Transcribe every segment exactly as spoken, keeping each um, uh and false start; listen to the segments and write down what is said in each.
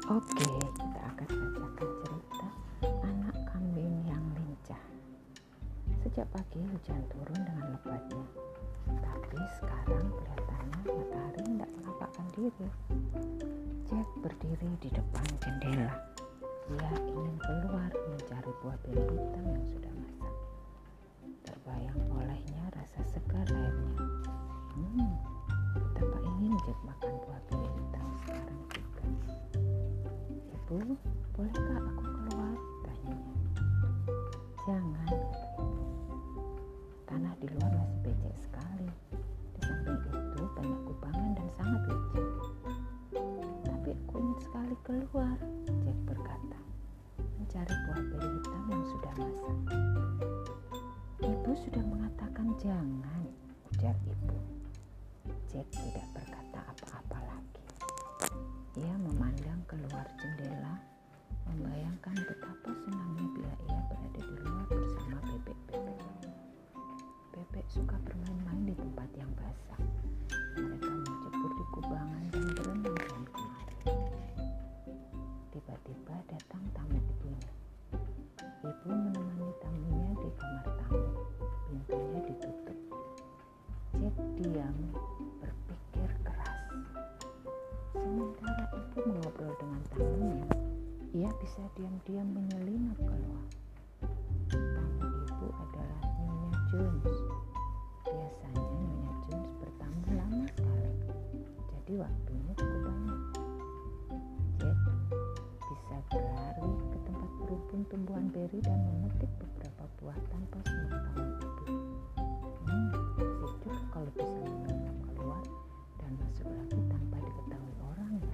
Oke, kita akan bacakan cerita anak kambing yang lincah. Sejak pagi hujan turun dengan lebatnya, tapi sekarang kelihatannya matahari tidak menampakkan diri. Jack berdiri di depan jendela. Dia ingin keluar mencari buah beri hitam yang sudah masak. Terbayang olehnya rasa segar airnya. Hmm, betapa ingin Jack makan buah beri hitam sekarang juga. Ibu, bolehkah aku keluar? Tanyanya. Jangan, kata ibu. Tanah di luar masih becek sekali. Di samping itu banyak kubangan dan sangat licin. Tapi aku ingin sekali keluar, Jack berkata, mencari buah beri hitam yang sudah masak. Ibu sudah mengatakan jangan, ujar ibu. Jack tidak berkata apa-apa lagi. Ia memandang keluar jendela, membayangkan betapa senangnya bila ia berada di luar bersama bebek-bebek. Bebek suka bermain-main di tempat yang basah. Mereka mencebur di kubangan dan berenang kian kemari. Tiba-tiba datang tamu ibunya. Ibu menemani tamunya di kamar tamu. Pintunya ditutup. Jack diam, berpikir keras. Sementara ibu mengobrol dengan tamunya, ia bisa diam-diam menyelinap keluar. Tamu ibu adalah Nyonya Jones. Biasanya Nyonya Jones bertamu lama sekali, jadi waktunya cukup banyak. Jack bisa berlari ke tempat berumpun tumbuhan beri dan memetik beberapa buah tanpa sepengetahuan ibu. Hmm, asik juga kalau bisa menyelinap keluar dan masuk lagi tanpa diketahui orang ya.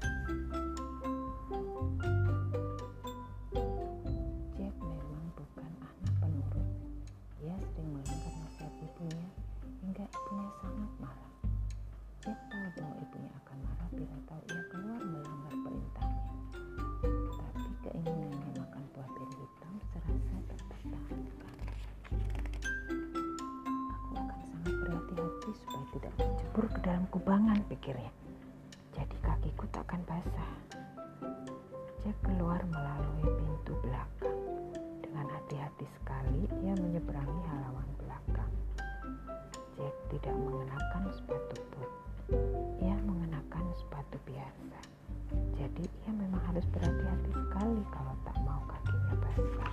Jack memang bukan anak penurut. Ia sering melanggar nasihat ibunya hingga ibunya sangat marah. Jack tahu bahwa ibunya akan marah bila tahu ia keluar melanggar perintahnya. Tapi keinginannya makan buah beri hitam serasa tak tertahankan. Aku akan sangat berhati-hati supaya tidak tercebur ke dalam kubangan, pikirnya. Jadi kakiku takkan basah. Jack keluar melalui pintu belakang. Dengan hati-hati sekali ia menyeberangi halaman belakang. Jack tidak mengenakan sepatu boot. Ia mengenakan sepatu biasa. Jadi ia memang harus berhati-hati sekali kalau tak mau kakinya basah.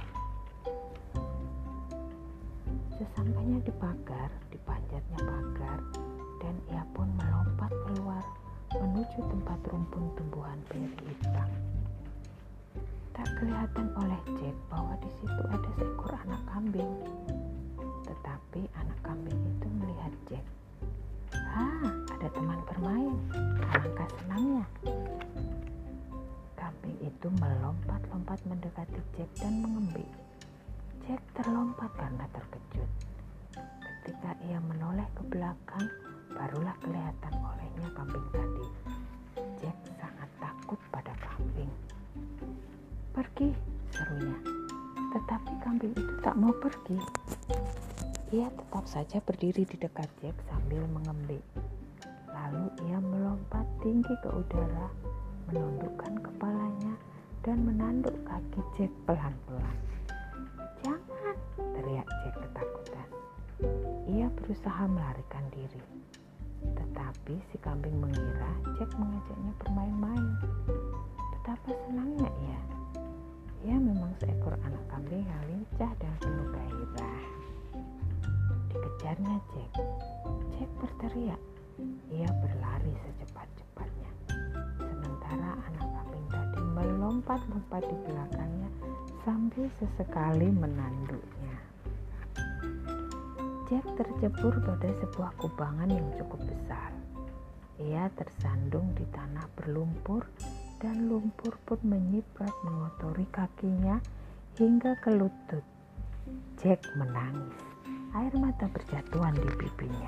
Sesampainya di pagar, dipanjatnya pagar, dan ia pun melompat keluar menuju tempat rumpun tumbuhan beri hitam. Tak kelihatan oleh Jack bahwa di situ ada seekor anak kambing. Tetapi anak kambing itu melihat Jack. "Ah, ada teman bermain. Alangkah senangnya." Kambing itu melompat-lompat mendekati Jack dan mengembik. Jack terlompat karena terkejut. Ketika ia menoleh ke belakang, barulah kelihatan olehnya kambing tadi. Jack sangat takut pada kambing. "Pergi," serunya. Tetapi kambing itu tak mau pergi. Ia tetap saja berdiri di dekat Jack sambil mengembik. Lalu ia melompat tinggi ke udara, menundukkan kepalanya dan menanduk kaki Jack pelan-pelan. "Jangan!" teriak Jack ketakutan. Ia berusaha melarikan diri. Tetapi si kambing mengira Jack mengajaknya bermain-main. Betapa senangnya ia. Ia memang seekor anak kambing yang lincah dan penuh gairah. Dikejarnya Jack. Jack berteriak. Ia berlari secepat-cepatnya. Sementara anak kambing tadi melompat-lompat di belakangnya sambil sesekali menanduknya. Jack tercebur pada sebuah kubangan yang cukup besar. Ia tersandung di tanah berlumpur dan lumpur pun menyiprat mengotori kakinya hingga ke lutut. Jack menangis. Air mata berjatuhan di pipinya.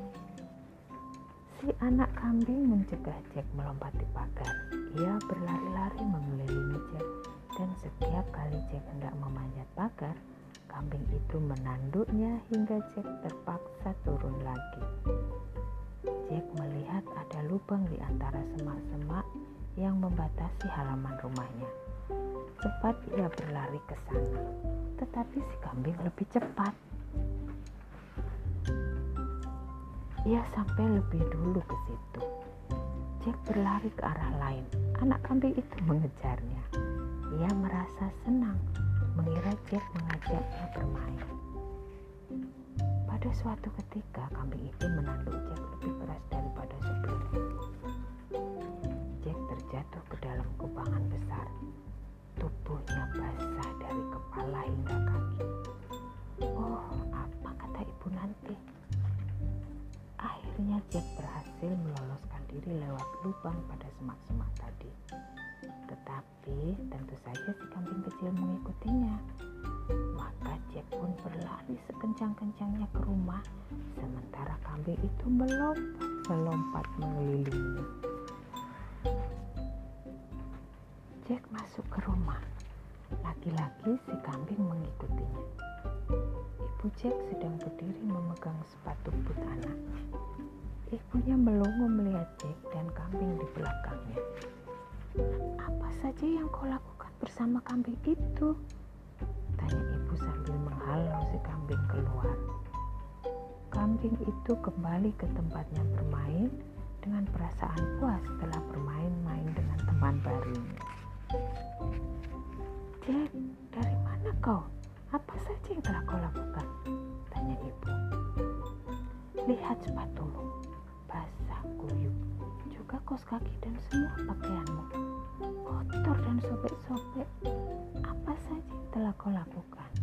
Si anak kambing mencegah Jack melompat di pagar. Ia berlari-lari mengelilingi Jack dan setiap kali Jack hendak memanjat pagar, kambing itu menanduknya hingga Jack terpaksa turun lagi. Jack melihat ada lubang di antara semak-semak yang membatasi halaman rumahnya. Cepat ia berlari ke sana, tetapi si kambing lebih cepat. Ia sampai lebih dulu ke situ. Jack berlari ke arah lain. Anak kambing itu mengejarnya. Ia merasa senang mengira Jack mengajaknya bermain. Pada suatu ketika, kambing itu menanduk Jack lebih keras daripada sebelumnya. Jack terjatuh ke dalam kubangan besar. Tubuhnya basah dari kepala hingga kaki. Oh, apa kata ibu nanti? Akhirnya Jack berhasil meloloskan diri lewat lubang pada semak-semak tadi. Tetapi tentu saja si kambing kecil mengikutinya. Maka Jack pun berlari sekencang-kencangnya ke rumah, sementara kambing itu melompat-melompat mengelilingi. Jack masuk ke rumah. Laki-laki si kambing mengikutinya. Ibu Jack sedang berdiri memegang sepatu but anak. Ibunya melongo melihat Jack dan kambing di belakangnya. "Apa saja yang kau lakukan bersama kambing itu?" tanya ibu sambil menghalau si kambing keluar. Kambing itu kembali ke tempatnya bermain dengan perasaan puas setelah bermain-main dengan teman barunya. "Jack, dari mana kau? Apa saja yang telah kau lakukan?" tanya ibu. "Lihat sepatumu, basah kuyup, juga kaos kaki dan semua pakaianmu kotor dan sobek-sobek. Apa saja yang telah kau lakukan?"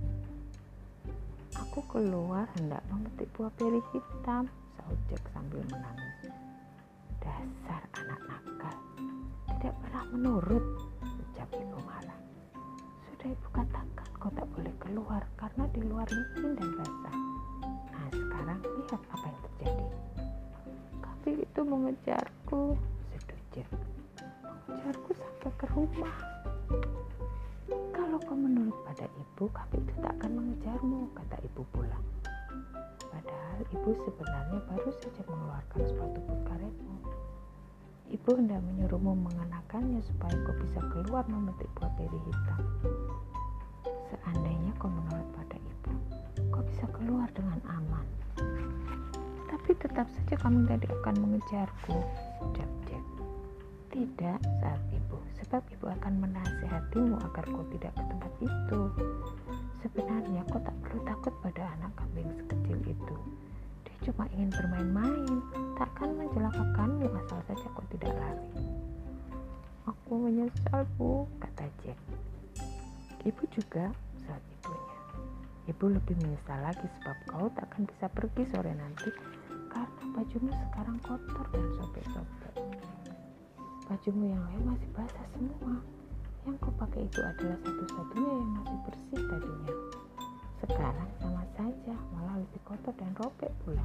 "Aku keluar hendak memetik buah beri hitam," sahut Jack sambil menangis. "Dasar anak nakal, tidak pernah menurut," ucap ibu marah. "Sudah ibu katakan kau tak boleh keluar karena di luar licin dan basah. Nah sekarang lihat apa yang terjadi." "Kambing itu mengejarku," sedih Jack. "Mengejarku sampai ke rumah." "Kalau kau menurut pada ibu, kambing itu tak akan mengejarmu," kata ibu pula. Padahal ibu sebenarnya baru saja mengeluarkan sepatu but karetmu. Ibu hendak menyuruhmu mengenakannya supaya kau bisa keluar memetik buah beri hitam. Seandainya kau menurut pada ibu, kau bisa keluar dengan aman. Tapi tetap saja kambing tadi akan mengejarku, ucap Jack. "Tidak," saat ibu, "sebab ibu akan menasihatimu agar kau tidak ke tempat itu. Sebenarnya kau tak perlu takut pada anak kambing sekecil itu. Dia cuma ingin bermain-main, takkan mencelakakanmu asal saja kau tidak lari." "Aku menyesal, Bu," kata Jack. "Ibu juga," saat ibunya. "Ibu lebih menyesal lagi sebab kau takkan bisa pergi sore nanti karena bajumu sekarang kotor dan sobek-sobek. Bajumu yang lain masih basah semua. Yang kau pakai itu adalah satu-satunya yang masih bersih tadinya. Sekarang sama saja, malah lebih kotor dan robek pula."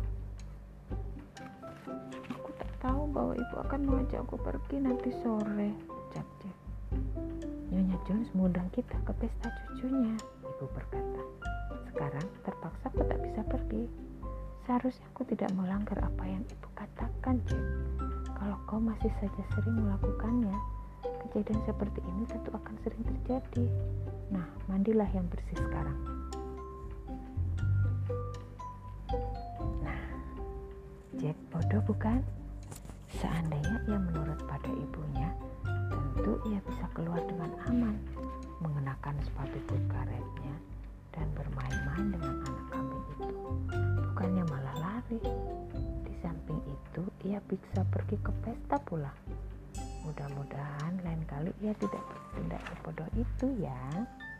"Aku tak tahu bahwa ibu akan mengajakku pergi nanti sore," ucap Jack. "Nyonya Jones mengundang kita ke pesta cucunya," ibu berkata. "Sekarang terpaksa aku tak bisa pergi. Seharusnya aku tidak melanggar apa yang ibu katakan, Jack. Kalau kau masih saja sering melakukannya, kejadian seperti ini tentu akan sering terjadi. Nah, mandilah yang bersih sekarang." Nah, Jack bodoh bukan? Seandainya ia menurut pada ibunya, tentu ia bisa keluar dengan aman, mengenakan sepatu but karetnya, dan bermain-main dengan anak kambing itu. Bukannya malah lari. Di samping itu, ia bisa pergi ke pesta pula. Mudah-mudahan lain kali ia tidak bertindak sebodoh itu ya.